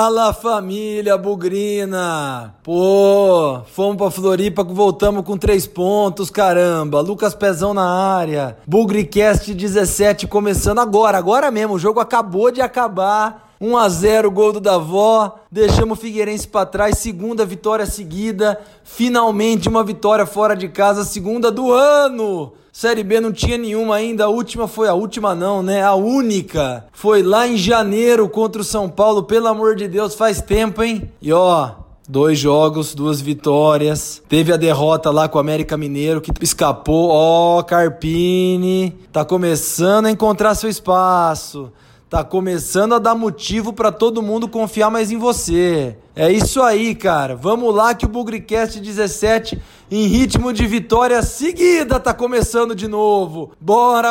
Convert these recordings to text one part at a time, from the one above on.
Fala, família bugrina! Pô, fomos pra Floripa, voltamos com 3 pontos, caramba! Lucas Pezão na área, BugriCast 17 começando agora mesmo, o jogo acabou de acabar. 1-0, gol do Davó, deixamos o Figueirense pra trás, segunda vitória seguida, finalmente uma vitória fora de casa, segunda do ano! Série B não tinha nenhuma ainda, a última não, né? A única foi lá em janeiro contra o São Paulo, pelo amor de Deus, faz tempo, hein? E ó, 2 jogos, 2 vitórias, teve a derrota lá com o América Mineiro que escapou, ó, Carpini, tá começando a encontrar seu espaço. Tá começando a dar motivo pra todo mundo confiar mais em você. É isso aí, cara. Vamos lá que o BugriCast 17, em ritmo de vitória seguida, tá começando de novo. Bora!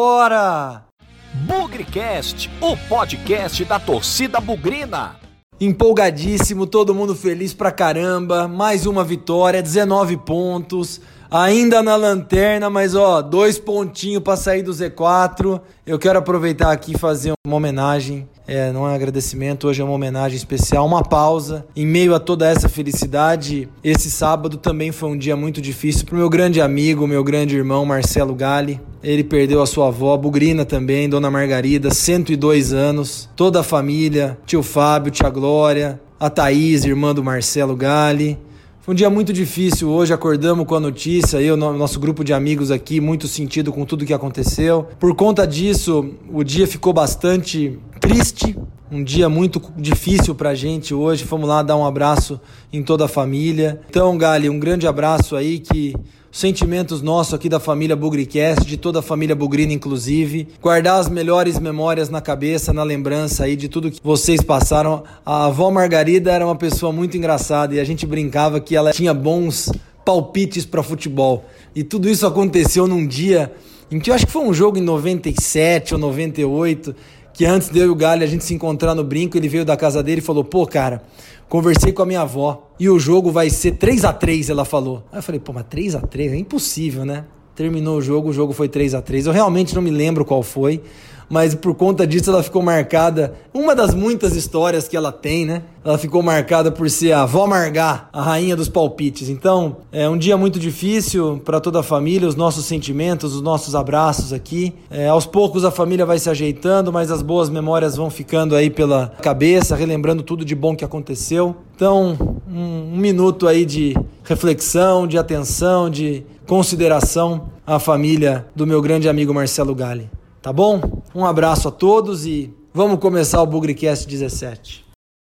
BugriCast, o podcast da torcida bugrina. Empolgadíssimo, todo mundo feliz pra caramba. Mais uma vitória, 19 pontos. Ainda na lanterna, mas ó, 2 pontinhos pra sair do Z4. Eu quero aproveitar aqui e fazer uma homenagem. Não é um agradecimento, hoje é uma homenagem especial, uma pausa. Em meio a toda essa felicidade, esse sábado também foi um dia muito difícil pro meu grande amigo, meu grande irmão Marcelo Galli. Ele perdeu a sua avó, bugrina também, Dona Margarida, 102 anos. Toda a família, tio Fábio, tia Glória, a Thaís, irmã do Marcelo Galli. Foi um dia muito difícil hoje, acordamos com a notícia, nosso grupo de amigos aqui, muito sentido com tudo que aconteceu. Por conta disso, o dia ficou bastante triste, um dia muito difícil pra gente hoje. Fomos lá dar um abraço em toda a família. Então, Gali, um grande abraço aí, que os sentimentos nossos aqui da família BugriCast, de toda a família bugrina inclusive, guardar as melhores memórias na cabeça, na lembrança aí de tudo que vocês passaram. A avó Margarida era uma pessoa muito engraçada e a gente brincava que ela tinha bons palpites para futebol. E tudo isso aconteceu num dia em que eu acho que foi um jogo em 97 ou 98, que antes de eu e o Galho a gente se encontrar no brinco, ele veio da casa dele e falou: pô, cara, conversei com a minha avó e o jogo vai ser 3-3, ela falou. Aí eu falei: pô, mas 3-3 é impossível, né? Terminou o jogo foi 3-3. Eu realmente não me lembro qual foi, mas por conta disso ela ficou marcada. Uma das muitas histórias que ela tem, né? Ela ficou marcada por ser a avó Margá, a rainha dos palpites. Então, é um dia muito difícil para toda a família, os nossos sentimentos, os nossos abraços aqui. Aos poucos a família vai se ajeitando, mas as boas memórias vão ficando aí pela cabeça, relembrando tudo de bom que aconteceu. Então, um minuto aí de reflexão, de atenção, de consideração à família do meu grande amigo Marcelo Galli. Tá bom? Um abraço a todos e vamos começar o BugriCast 17.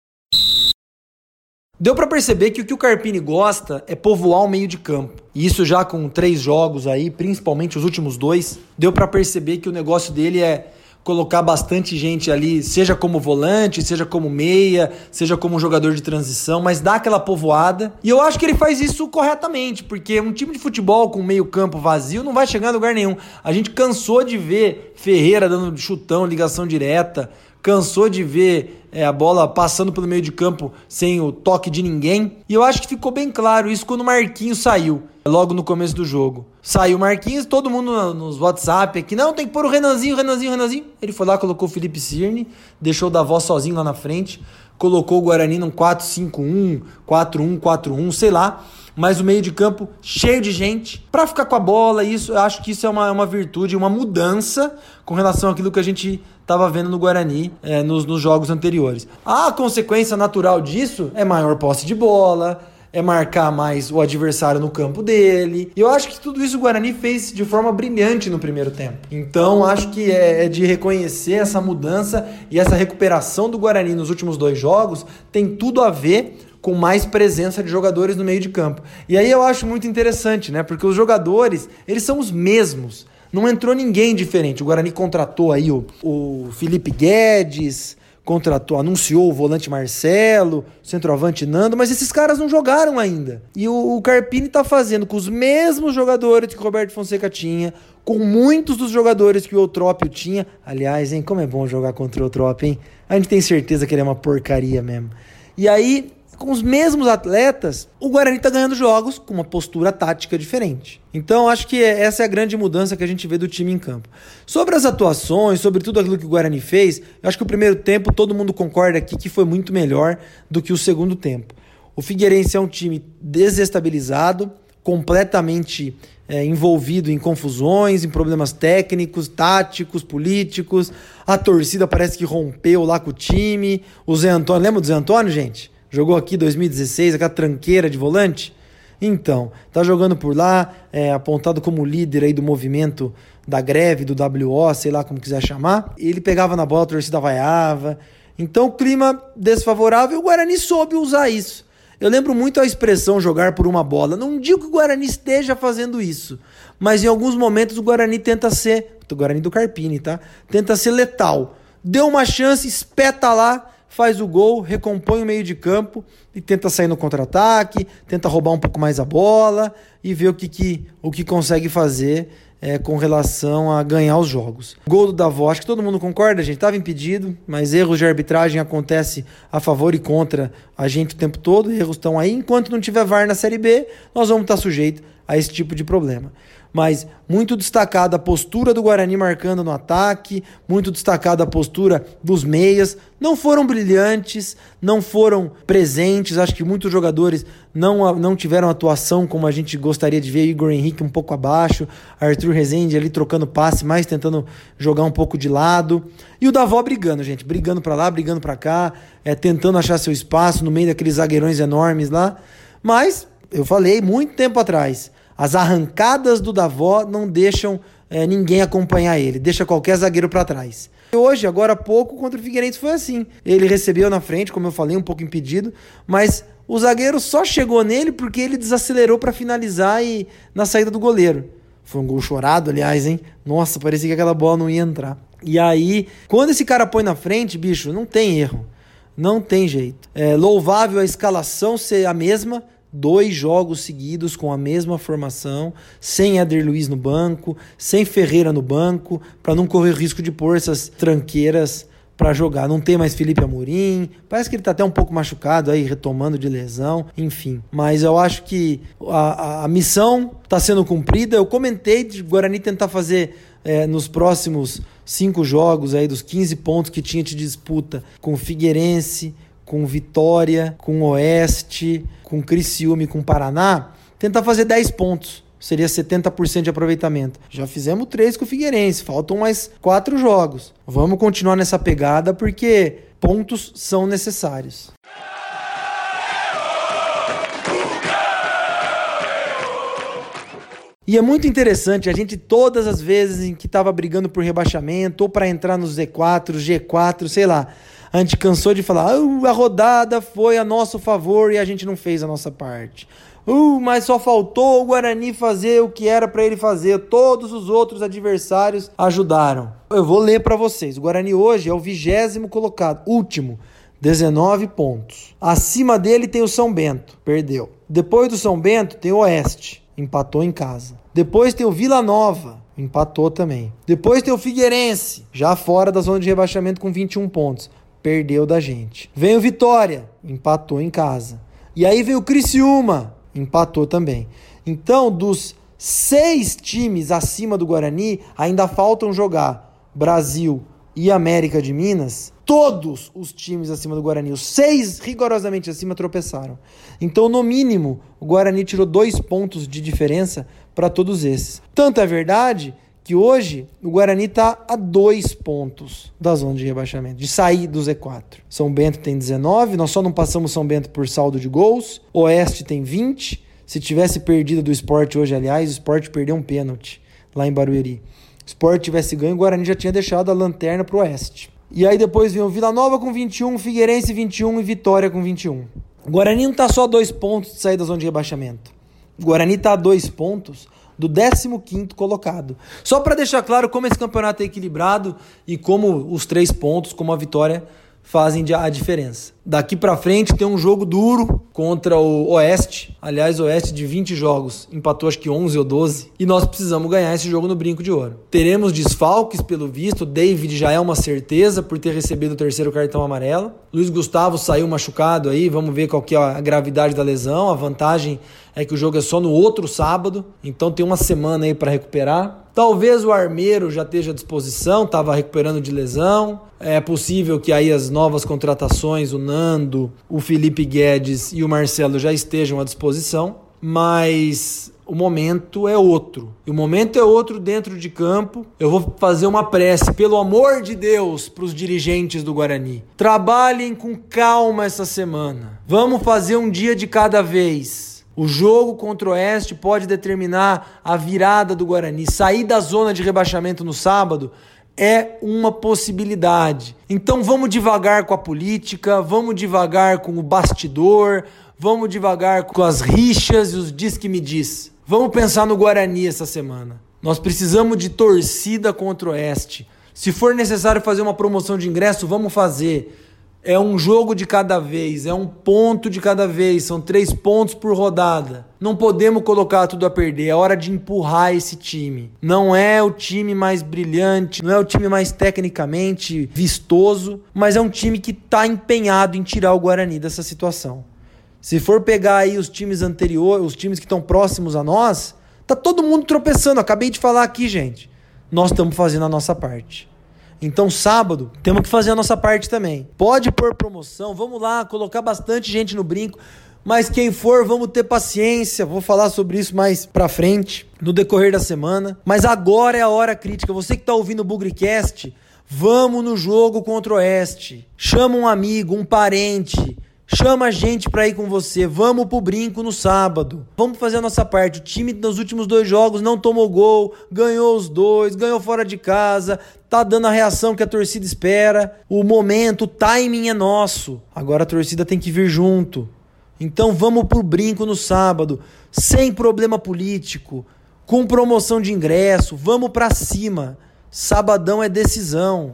Deu pra perceber que o Carpini gosta é povoar o meio de campo. E isso já com 3 jogos aí, principalmente os últimos 2, deu pra perceber que o negócio dele é colocar bastante gente ali, seja como volante, seja como meia, seja como jogador de transição, mas dá aquela povoada. E eu acho que ele faz isso corretamente, porque um time de futebol com meio campo vazio não vai chegar a lugar nenhum. A gente cansou de ver Ferreira dando chutão, ligação direta, cansou de ver a bola passando pelo meio de campo sem o toque de ninguém. E eu acho que ficou bem claro isso quando o Marquinhos saiu, logo no começo do jogo. Saiu o Marquinhos, todo mundo nos WhatsApp aqui: não, tem que pôr o Renanzinho. Ele foi lá, colocou o Felipe Cirne, deixou o Davó sozinho lá na frente, colocou o Guarani num 4-5-1, 4-1-4-1, sei lá. Mas o meio de campo cheio de gente pra ficar com a bola. Isso, eu acho que isso é uma virtude, uma mudança com relação àquilo que a gente estava vendo no Guarani nos jogos anteriores. A consequência natural disso é maior posse de bola, é marcar mais o adversário no campo dele. E eu acho que tudo isso o Guarani fez de forma brilhante no primeiro tempo. Então acho que é de reconhecer essa mudança e essa recuperação do Guarani nos últimos 2 jogos tem tudo a ver com mais presença de jogadores no meio de campo. E aí eu acho muito interessante, né? Porque os jogadores, eles são os mesmos. Não entrou ninguém diferente. O Guarani contratou aí o Felipe Guedes, anunciou o volante Marcelo, o centroavante Nando, mas esses caras não jogaram ainda. E o Carpini tá fazendo com os mesmos jogadores que o Roberto Fonseca tinha, com muitos dos jogadores que o Eutrópio tinha. Aliás, hein, como é bom jogar contra o Eutrópio, hein? A gente tem certeza que ele é uma porcaria mesmo. E aí com os mesmos atletas, o Guarani está ganhando jogos com uma postura tática diferente. Então, acho que essa é a grande mudança que a gente vê do time em campo. Sobre as atuações, sobre tudo aquilo que o Guarani fez, eu acho que o primeiro tempo, todo mundo concorda aqui que foi muito melhor do que o segundo tempo. O Figueirense é um time desestabilizado, completamente envolvido em confusões, em problemas técnicos, táticos, políticos. A torcida parece que rompeu lá com o time. O Zé Antônio, lembra do Zé Antônio, gente? Jogou aqui em 2016, aquela tranqueira de volante. Então, tá jogando por lá, apontado como líder aí do movimento da greve, do WO, sei lá como quiser chamar. Ele pegava na bola, a torcida vaiava. Então, o clima desfavorável, o Guarani soube usar isso. Eu lembro muito a expressão jogar por uma bola. Não digo que o Guarani esteja fazendo isso, mas em alguns momentos o Guarani tenta ser, o Guarani do Carpini, tá? Tenta ser letal. Deu uma chance, espeta lá, faz o gol, recompõe o meio de campo e tenta sair no contra-ataque, tenta roubar um pouco mais a bola e ver o que consegue fazer com relação a ganhar os jogos. Gol do Davó, acho que todo mundo concorda, gente, estava impedido, mas erros de arbitragem acontecem a favor e contra a gente o tempo todo, erros estão aí, enquanto não tiver VAR na Série B, nós vamos estar sujeitos a esse tipo de problema. Mas muito destacada a postura do Guarani marcando no ataque, muito destacada a postura dos meias, não foram brilhantes, não foram presentes, acho que muitos jogadores não tiveram atuação como a gente gostaria de ver, Igor Henrique um pouco abaixo, Arthur Rezende ali trocando passe, mais tentando jogar um pouco de lado, e o Davó brigando, gente, brigando pra lá, brigando pra cá, tentando achar seu espaço no meio daqueles zagueirões enormes lá, mas eu falei muito tempo atrás, as arrancadas do Davó não deixam ninguém acompanhar ele, deixa qualquer zagueiro para trás. Hoje, agora há pouco, contra o Figueirense foi assim. Ele recebeu na frente, como eu falei, um pouco impedido, mas o zagueiro só chegou nele porque ele desacelerou para finalizar na saída do goleiro. Foi um gol chorado, aliás, hein? Nossa, parecia que aquela bola não ia entrar. E aí, quando esse cara põe na frente, bicho, não tem erro. Não tem jeito. É louvável a escalação ser a mesma, 2 jogos seguidos com a mesma formação, sem Éder Luiz no banco, sem Ferreira no banco, para não correr o risco de pôr essas tranqueiras para jogar. Não tem mais Felipe Amorim, parece que ele tá até um pouco machucado aí, retomando de lesão, enfim. Mas eu acho que a missão tá sendo cumprida. Eu comentei de Guarani tentar fazer nos próximos 5 jogos aí, dos 15 pontos que tinha de disputa com o Figueirense, com Vitória, com Oeste, com Criciúma e com Paraná, tentar fazer 10 pontos. Seria 70% de aproveitamento. Já fizemos 3 com o Figueirense, faltam mais 4 jogos. Vamos continuar nessa pegada porque pontos são necessários. E é muito interessante, a gente todas as vezes em que estava brigando por rebaixamento ou para entrar no Z4, G4, sei lá, a gente cansou de falar, a rodada foi a nosso favor e a gente não fez a nossa parte. Mas só faltou o Guarani fazer o que era para ele fazer. Todos os outros adversários ajudaram. Eu vou ler para vocês. O Guarani hoje é o 20º colocado, último, 19 pontos. Acima dele tem o São Bento, perdeu. Depois do São Bento tem o Oeste, empatou em casa. Depois tem o Vila Nova, empatou também. Depois tem o Figueirense, já fora da zona de rebaixamento com 21 pontos. Perdeu da gente. Vem o Vitória, empatou em casa. E aí vem o Criciúma, empatou também. Então, dos 6 times acima do Guarani, ainda faltam jogar Brasil e América de Minas. Todos os times acima do Guarani, os 6 rigorosamente acima, tropeçaram. Então, no mínimo, o Guarani tirou 2 pontos de diferença para todos esses. Tanto é verdade que hoje o Guarani está a 2 pontos da zona de rebaixamento, de sair do Z4. São Bento tem 19, nós só não passamos São Bento por saldo de gols. Oeste tem 20. Se tivesse perdido do Sport hoje, aliás, o Sport perdeu um pênalti lá em Barueri. Se o Sport tivesse ganho, o Guarani já tinha deixado a lanterna pro Oeste. E aí depois vem o Vila Nova com 21, Figueirense 21 e Vitória com 21. O Guarani não está só a 2 pontos de sair da zona de rebaixamento. O Guarani está a 2 pontos do 15º colocado. Só para deixar claro como esse campeonato é equilibrado e como os 3 pontos, como a Vitória fazem a diferença. Daqui pra frente tem um jogo duro contra o Oeste. Aliás, o Oeste de 20 jogos empatou acho que 11 ou 12. E nós precisamos ganhar esse jogo no Brinco de Ouro. Teremos desfalques pelo visto. O David já é uma certeza por ter recebido o 3º cartão amarelo. Luiz Gustavo saiu machucado aí. Vamos ver qual que é a gravidade da lesão. A vantagem é que o jogo é só no outro sábado. Então tem uma semana aí para recuperar. Talvez o Armeiro já esteja à disposição, estava recuperando de lesão. É possível que aí as novas contratações, o Nando, o Felipe Guedes e o Marcelo já estejam à disposição. Mas o momento é outro. E o momento é outro dentro de campo. Eu vou fazer uma prece, pelo amor de Deus, para os dirigentes do Guarani. Trabalhem com calma essa semana. Vamos fazer um dia de cada vez. O jogo contra o Oeste pode determinar a virada do Guarani. Sair da zona de rebaixamento no sábado é uma possibilidade. Então vamos devagar com a política, vamos devagar com o bastidor, vamos devagar com as rixas e os diz que me diz. Vamos pensar no Guarani essa semana. Nós precisamos de torcida contra o Oeste. Se for necessário fazer uma promoção de ingresso, vamos fazer. É um jogo de cada vez, é um ponto de cada vez, são 3 pontos por rodada. Não podemos colocar tudo a perder, é hora de empurrar esse time. Não é o time mais brilhante, não é o time mais tecnicamente vistoso, mas é um time que está empenhado em tirar o Guarani dessa situação. Se for pegar aí os times anteriores, os times que estão próximos a nós, tá todo mundo tropeçando, acabei de falar aqui, gente. Nós estamos fazendo a nossa parte. Então sábado temos que fazer a nossa parte também. Pode pôr promoção, vamos lá, colocar bastante gente no brinco, mas quem for, vamos ter paciência. Vou falar sobre isso mais pra frente, no decorrer da semana. Mas agora é a hora crítica. Você que tá ouvindo o Bugrecast, vamos no jogo contra o Oeste. Chama um amigo, um parente, chama a gente pra ir com você. Vamos pro brinco no sábado. Vamos fazer a nossa parte. O time nos últimos 2 jogos não tomou gol, ganhou os 2, ganhou fora de casa, tá dando a reação que a torcida espera. O momento, o timing é nosso. Agora a torcida tem que vir junto. Então vamos pro brinco no sábado, sem problema político, com promoção de ingresso. Vamos pra cima. Sabadão é decisão.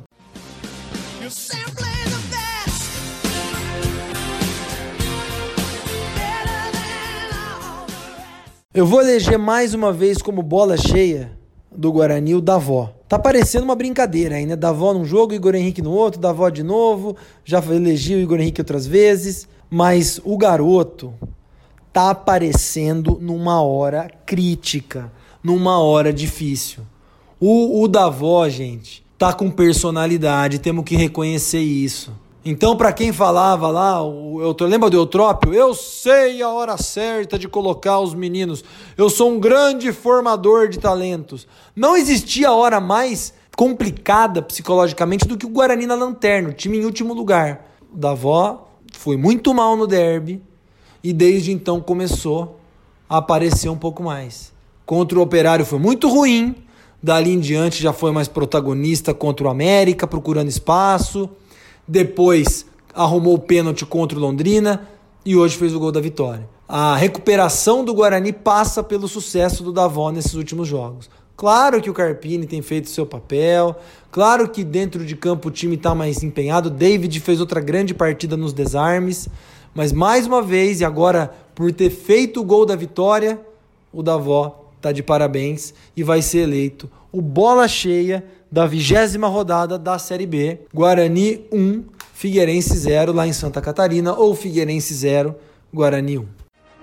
Eu vou eleger mais uma vez como bola cheia do Guarani o Davó. Tá parecendo uma brincadeira aí, né? Davó num jogo, Igor Henrique no outro, Davó de novo. Já elegi o Igor Henrique outras vezes. Mas o garoto tá aparecendo numa hora crítica, numa hora difícil. O Davó, gente, tá com personalidade, temos que reconhecer isso. Então, para quem falava lá, lembra do Eutrópio? Eu sei a hora certa de colocar os meninos. Eu sou um grande formador de talentos. Não existia hora mais complicada psicologicamente do que o Guarani na lanterna, o time em último lugar. O Davó foi muito mal no derby e desde então começou a aparecer um pouco mais. Contra o Operário foi muito ruim. Dali em diante já foi mais protagonista contra o América, procurando espaço. Depois arrumou o pênalti contra o Londrina e hoje fez o gol da vitória. A recuperação do Guarani passa pelo sucesso do Davó nesses últimos jogos. Claro que o Carpini tem feito seu papel, claro que dentro de campo o time está mais empenhado, David fez outra grande partida nos desarmes, mas mais uma vez, e agora por ter feito o gol da vitória, o Davó está de parabéns e vai ser eleito o bola cheia da 20ª rodada da Série B. Guarani 1, Figueirense 0 lá em Santa Catarina, ou Figueirense 0, Guarani 1.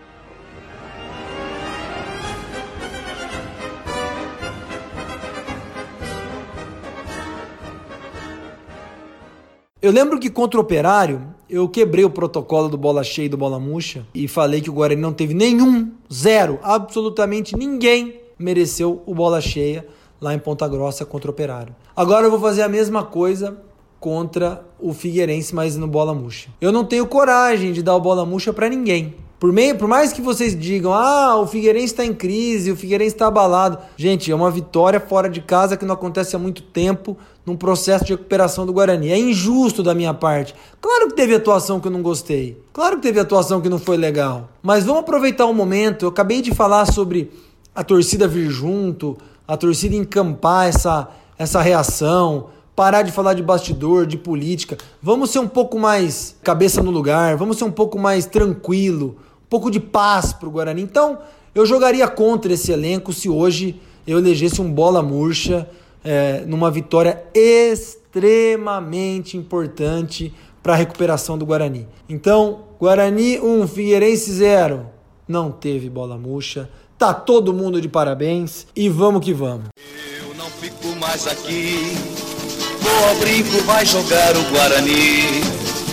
Eu lembro que contra o Operário, eu quebrei o protocolo do bola cheia e do bola murcha e falei que o Guarani não teve nenhum, zero, absolutamente ninguém mereceu o bola cheia lá em Ponta Grossa contra o Operário. Agora eu vou fazer a mesma coisa contra o Figueirense, mas no bola murcha. Eu não tenho coragem de dar o bola murcha para ninguém. Por mais que vocês digam, o Figueirense está em crise, o Figueirense está abalado. Gente, é uma vitória fora de casa que não acontece há muito tempo num processo de recuperação do Guarani. É injusto da minha parte. Claro que teve atuação que eu não gostei. Claro que teve atuação que não foi legal. Mas vamos aproveitar o momento. Eu acabei de falar sobre a torcida vir junto, a torcida encampar essa reação, parar de falar de bastidor, de política. Vamos ser um pouco mais cabeça no lugar, vamos ser um pouco mais tranquilo, um pouco de paz pro Guarani. Então, eu jogaria contra esse elenco se hoje eu elegesse um bola murcha numa vitória extremamente importante para a recuperação do Guarani. Então, Guarani 1, Figueirense 0. Não teve bola murcha. Tá todo mundo de parabéns e vamos que vamos. Eu não fico mais aqui. Vou ao brinco, vai jogar o Guarani.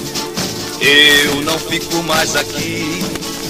Eu não fico mais aqui.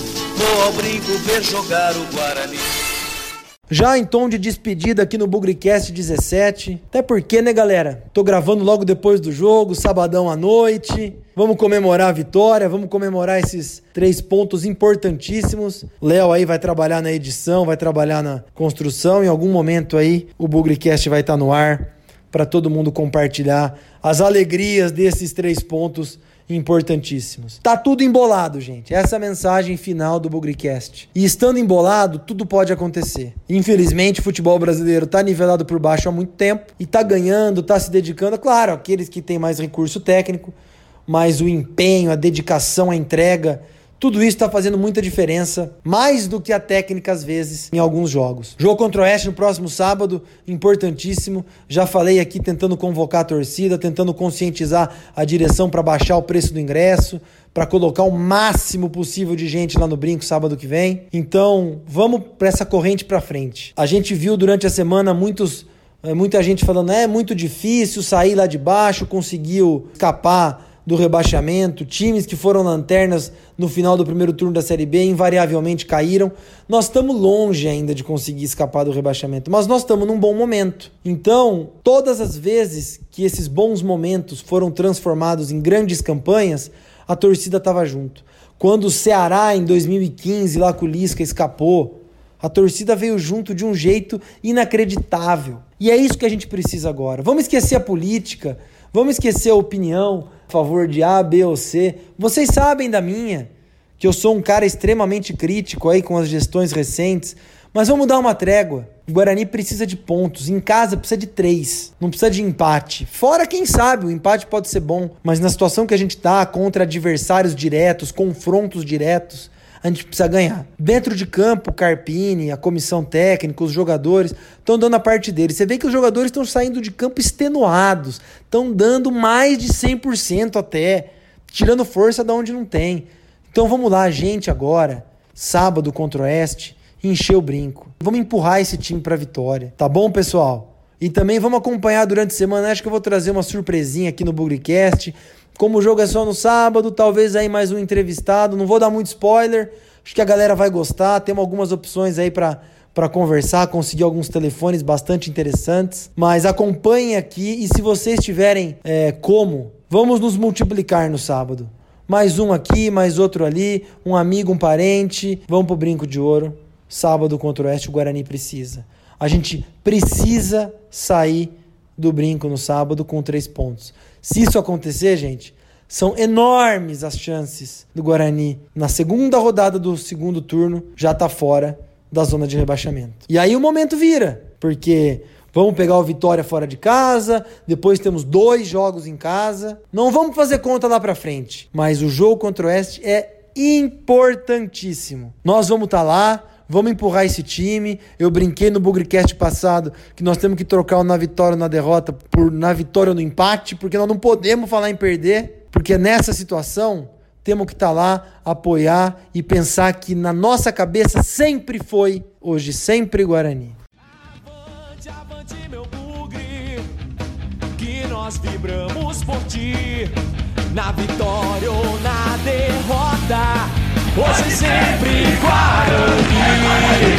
Vou ao brinco ver jogar o Guarani. Já em tom de despedida aqui no BugriCast 17. Até porque, né, galera? Tô gravando logo depois do jogo, sabadão à noite. Vamos comemorar a vitória, vamos comemorar esses 3 pontos importantíssimos. Léo aí vai trabalhar na edição, vai trabalhar na construção. Em algum momento aí o BugriCast vai estar no ar para todo mundo compartilhar as alegrias desses 3 pontos importantíssimos. Tá tudo embolado, gente. Essa é a mensagem final do BugriCast. E estando embolado, tudo pode acontecer. Infelizmente, o futebol brasileiro tá nivelado por baixo há muito tempo e tá ganhando, tá se dedicando. Claro, aqueles que têm mais recurso técnico, mas o empenho, a dedicação, a entrega, tudo isso está fazendo muita diferença, mais do que a técnica às vezes em alguns jogos. Jogo contra o Oeste no próximo sábado, importantíssimo. Já falei aqui tentando convocar a torcida, tentando conscientizar a direção para baixar o preço do ingresso, para colocar o máximo possível de gente lá no Brinco sábado que vem. Então, vamos para essa corrente para frente. A gente viu durante a semana muita gente falando, é muito difícil sair lá de baixo, conseguiu escapar do rebaixamento, times que foram lanternas no final do primeiro turno da Série B invariavelmente caíram. Nós estamos longe ainda de conseguir escapar do rebaixamento, mas nós estamos num bom momento. Então, todas as vezes que esses bons momentos foram transformados em grandes campanhas, a torcida estava junto. Quando o Ceará, em 2015, lá com o Lisca, escapou, a torcida veio junto de um jeito inacreditável. E é isso que a gente precisa agora. Vamos esquecer a política, vamos esquecer a opinião a favor de A, B ou C. Vocês sabem da minha, que eu sou um cara extremamente crítico aí com as gestões recentes, mas vamos dar uma trégua. O Guarani precisa de pontos, em casa precisa de 3, não precisa de empate. Fora, quem sabe, o empate pode ser bom, mas na situação que a gente tá, contra adversários diretos, confrontos diretos, a gente precisa ganhar. Dentro de campo, o Carpini, a comissão técnica, os jogadores estão dando a parte deles. Você vê que os jogadores estão saindo de campo extenuados, estão dando mais de 100% até, tirando força de onde não tem. Então vamos lá, gente, agora, sábado contra o Oeste, encher o Brinco. Vamos empurrar esse time para a vitória. Tá bom, pessoal? E também vamos acompanhar durante a semana, acho que eu vou trazer uma surpresinha aqui no BugriCast. Como o jogo é só no sábado, talvez aí mais um entrevistado. Não vou dar muito spoiler, acho que a galera vai gostar. Temos algumas opções aí para conversar, conseguir alguns telefones bastante interessantes. Mas acompanhem aqui e se vocês tiverem vamos nos multiplicar no sábado. Mais um aqui, mais outro ali, um amigo, um parente. Vamos pro Brinco de Ouro. Sábado contra o Oeste, o Guarani precisa. A gente precisa sair do Brinco no sábado com 3 pontos. Se isso acontecer, gente, são enormes as chances do Guarani, na segunda rodada do segundo turno, já tá fora da zona de rebaixamento. E aí o momento vira, porque vamos pegar o Vitória fora de casa, depois temos 2 jogos em casa. Não vamos fazer conta lá pra frente, mas o jogo contra o Oeste é importantíssimo. Nós vamos estar lá, vamos empurrar esse time. Eu brinquei no BugriCast passado que nós temos que trocar o na vitória ou na derrota por na vitória ou no empate, porque nós não podemos falar em perder, porque nessa situação temos que estar lá, apoiar e pensar que na nossa cabeça sempre foi, hoje sempre Guarani. Avante, avante meu bugre, que nós vibramos por ti, na vitória ou na derrota, hoje sempre Guarani.